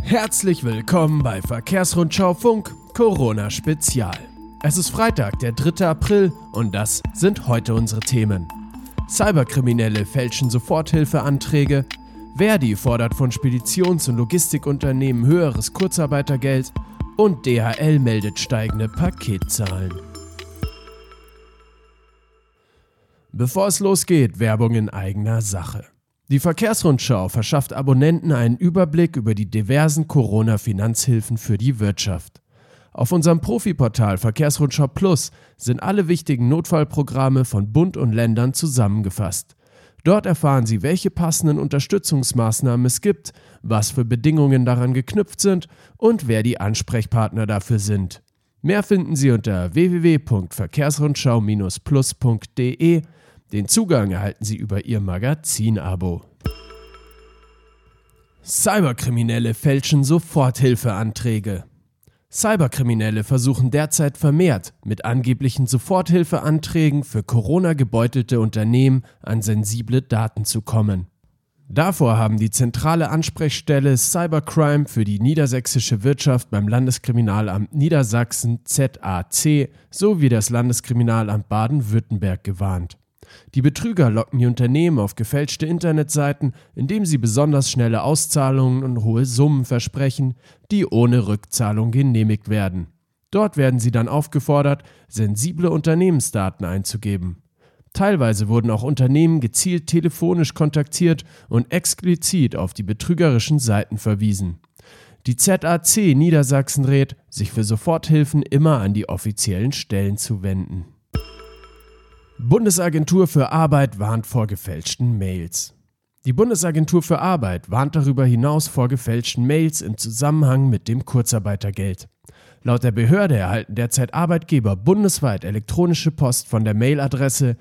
Herzlich willkommen bei Verkehrsrundschau Funk Corona Spezial. Es ist Freitag, der 3. April und das sind heute unsere Themen. Cyberkriminelle fälschen Soforthilfeanträge, Verdi fordert von Speditions- und Logistikunternehmen höheres Kurzarbeitergeld und DHL meldet steigende Paketzahlen. Bevor es losgeht, Werbung in eigener Sache. Die Verkehrsrundschau verschafft Abonnenten einen Überblick über die diversen Corona-Finanzhilfen für die Wirtschaft. Auf unserem Profiportal Verkehrsrundschau Plus sind alle wichtigen Notfallprogramme von Bund und Ländern zusammengefasst. Dort erfahren Sie, welche passenden Unterstützungsmaßnahmen es gibt, was für Bedingungen daran geknüpft sind und wer die Ansprechpartner dafür sind. Mehr finden Sie unter www.verkehrsrundschau-plus.de. Den Zugang erhalten Sie über Ihr Magazin-Abo. Cyberkriminelle fälschen Soforthilfeanträge. Cyberkriminelle versuchen derzeit vermehrt, mit angeblichen Soforthilfeanträgen für Corona-gebeutelte Unternehmen an sensible Daten zu kommen. Davor haben die zentrale Ansprechstelle Cybercrime für die niedersächsische Wirtschaft beim Landeskriminalamt Niedersachsen ZAC sowie das Landeskriminalamt Baden-Württemberg gewarnt. Die Betrüger locken die Unternehmen auf gefälschte Internetseiten, indem sie besonders schnelle Auszahlungen und hohe Summen versprechen, die ohne Rückzahlung genehmigt werden. Dort werden sie dann aufgefordert, sensible Unternehmensdaten einzugeben. Teilweise wurden auch Unternehmen gezielt telefonisch kontaktiert und explizit auf die betrügerischen Seiten verwiesen. Die ZAC Niedersachsen rät, sich für Soforthilfen immer an die offiziellen Stellen zu wenden. Bundesagentur für Arbeit warnt vor gefälschten Mails. Die Bundesagentur für Arbeit warnt darüber hinaus vor gefälschten Mails im Zusammenhang mit dem Kurzarbeitergeld. Laut der Behörde erhalten derzeit Arbeitgeber bundesweit elektronische Post von der Mailadresse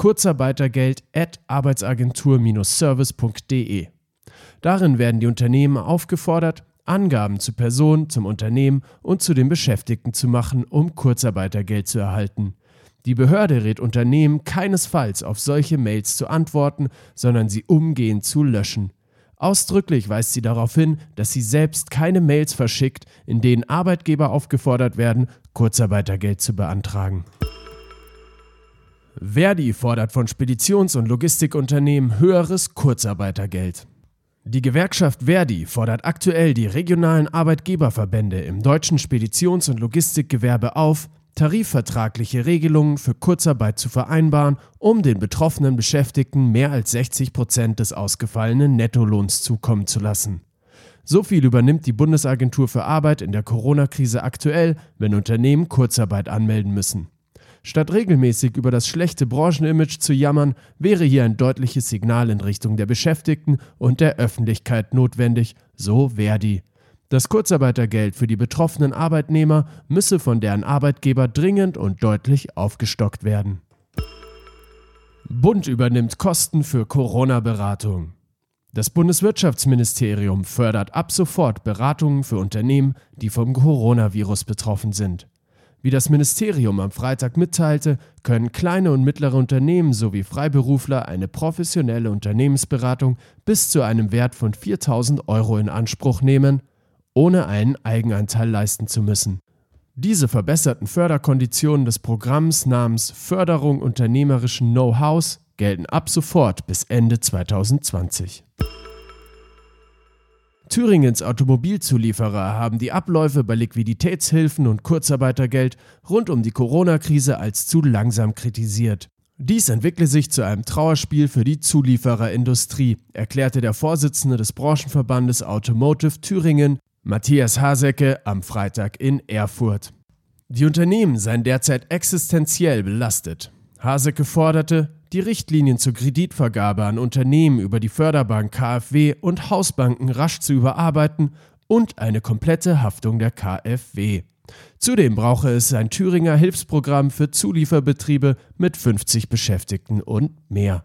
kurzarbeitergeld@arbeitsagentur-service.de. Darin werden die Unternehmen aufgefordert, Angaben zu Personen, zum Unternehmen und zu den Beschäftigten zu machen, um Kurzarbeitergeld zu erhalten. Die Behörde rät Unternehmen keinesfalls auf solche Mails zu antworten, sondern sie umgehend zu löschen. Ausdrücklich weist sie darauf hin, dass sie selbst keine Mails verschickt, in denen Arbeitgeber aufgefordert werden, Kurzarbeitergeld zu beantragen. Verdi fordert von Speditions- und Logistikunternehmen höheres Kurzarbeitergeld. Die Gewerkschaft Verdi fordert aktuell die regionalen Arbeitgeberverbände im deutschen Speditions- und Logistikgewerbe auf, tarifvertragliche Regelungen für Kurzarbeit zu vereinbaren, um den betroffenen Beschäftigten mehr als 60% des ausgefallenen Nettolohns zukommen zu lassen. So viel übernimmt die Bundesagentur für Arbeit in der Corona-Krise aktuell, wenn Unternehmen Kurzarbeit anmelden müssen. Statt regelmäßig über das schlechte Branchenimage zu jammern, wäre hier ein deutliches Signal in Richtung der Beschäftigten und der Öffentlichkeit notwendig, so Verdi. Das Kurzarbeitergeld für die betroffenen Arbeitnehmer müsse von deren Arbeitgeber dringend und deutlich aufgestockt werden. Bund übernimmt Kosten für Corona-Beratung. Das Bundeswirtschaftsministerium fördert ab sofort Beratungen für Unternehmen, die vom Coronavirus betroffen sind. Wie das Ministerium am Freitag mitteilte, können kleine und mittlere Unternehmen sowie Freiberufler eine professionelle Unternehmensberatung bis zu einem Wert von 4.000 € in Anspruch nehmen, ohne einen Eigenanteil leisten zu müssen. Diese verbesserten Förderkonditionen des Programms namens Förderung unternehmerischen Know-hows gelten ab sofort bis Ende 2020. Thüringens Automobilzulieferer haben die Abläufe bei Liquiditätshilfen und Kurzarbeitergeld rund um die Corona-Krise als zu langsam kritisiert. Dies entwickle sich zu einem Trauerspiel für die Zuliefererindustrie, erklärte der Vorsitzende des Branchenverbandes Automotive Thüringen, Matthias Hasecke, am Freitag in Erfurt. Die Unternehmen seien derzeit existenziell belastet. Hasecke forderte, die Richtlinien zur Kreditvergabe an Unternehmen über die Förderbank KfW und Hausbanken rasch zu überarbeiten und eine komplette Haftung der KfW. Zudem brauche es ein Thüringer Hilfsprogramm für Zulieferbetriebe mit 50 Beschäftigten und mehr.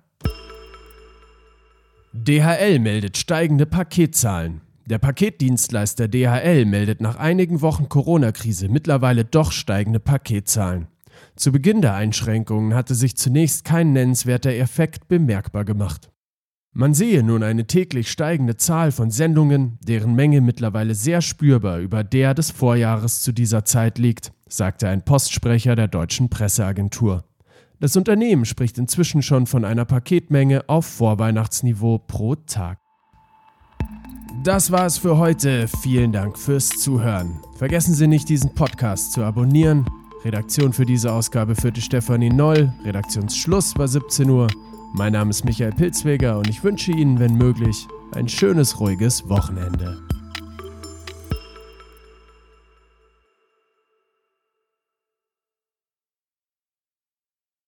DHL meldet steigende Paketzahlen. Der Paketdienstleister DHL meldet nach einigen Wochen Corona-Krise mittlerweile doch steigende Paketzahlen. Zu Beginn der Einschränkungen hatte sich zunächst kein nennenswerter Effekt bemerkbar gemacht. Man sehe nun eine täglich steigende Zahl von Sendungen, deren Menge mittlerweile sehr spürbar über der des Vorjahres zu dieser Zeit liegt, sagte ein Postsprecher der deutschen Presseagentur. Das Unternehmen spricht inzwischen schon von einer Paketmenge auf Vorweihnachtsniveau pro Tag. Das war es für heute. Vielen Dank fürs Zuhören. Vergessen Sie nicht, diesen Podcast zu abonnieren. Redaktion für diese Ausgabe führte Stefanie Noll. Redaktionsschluss war 17 Uhr. Mein Name ist Michael Pilzweger und ich wünsche Ihnen, wenn möglich, ein schönes, ruhiges Wochenende.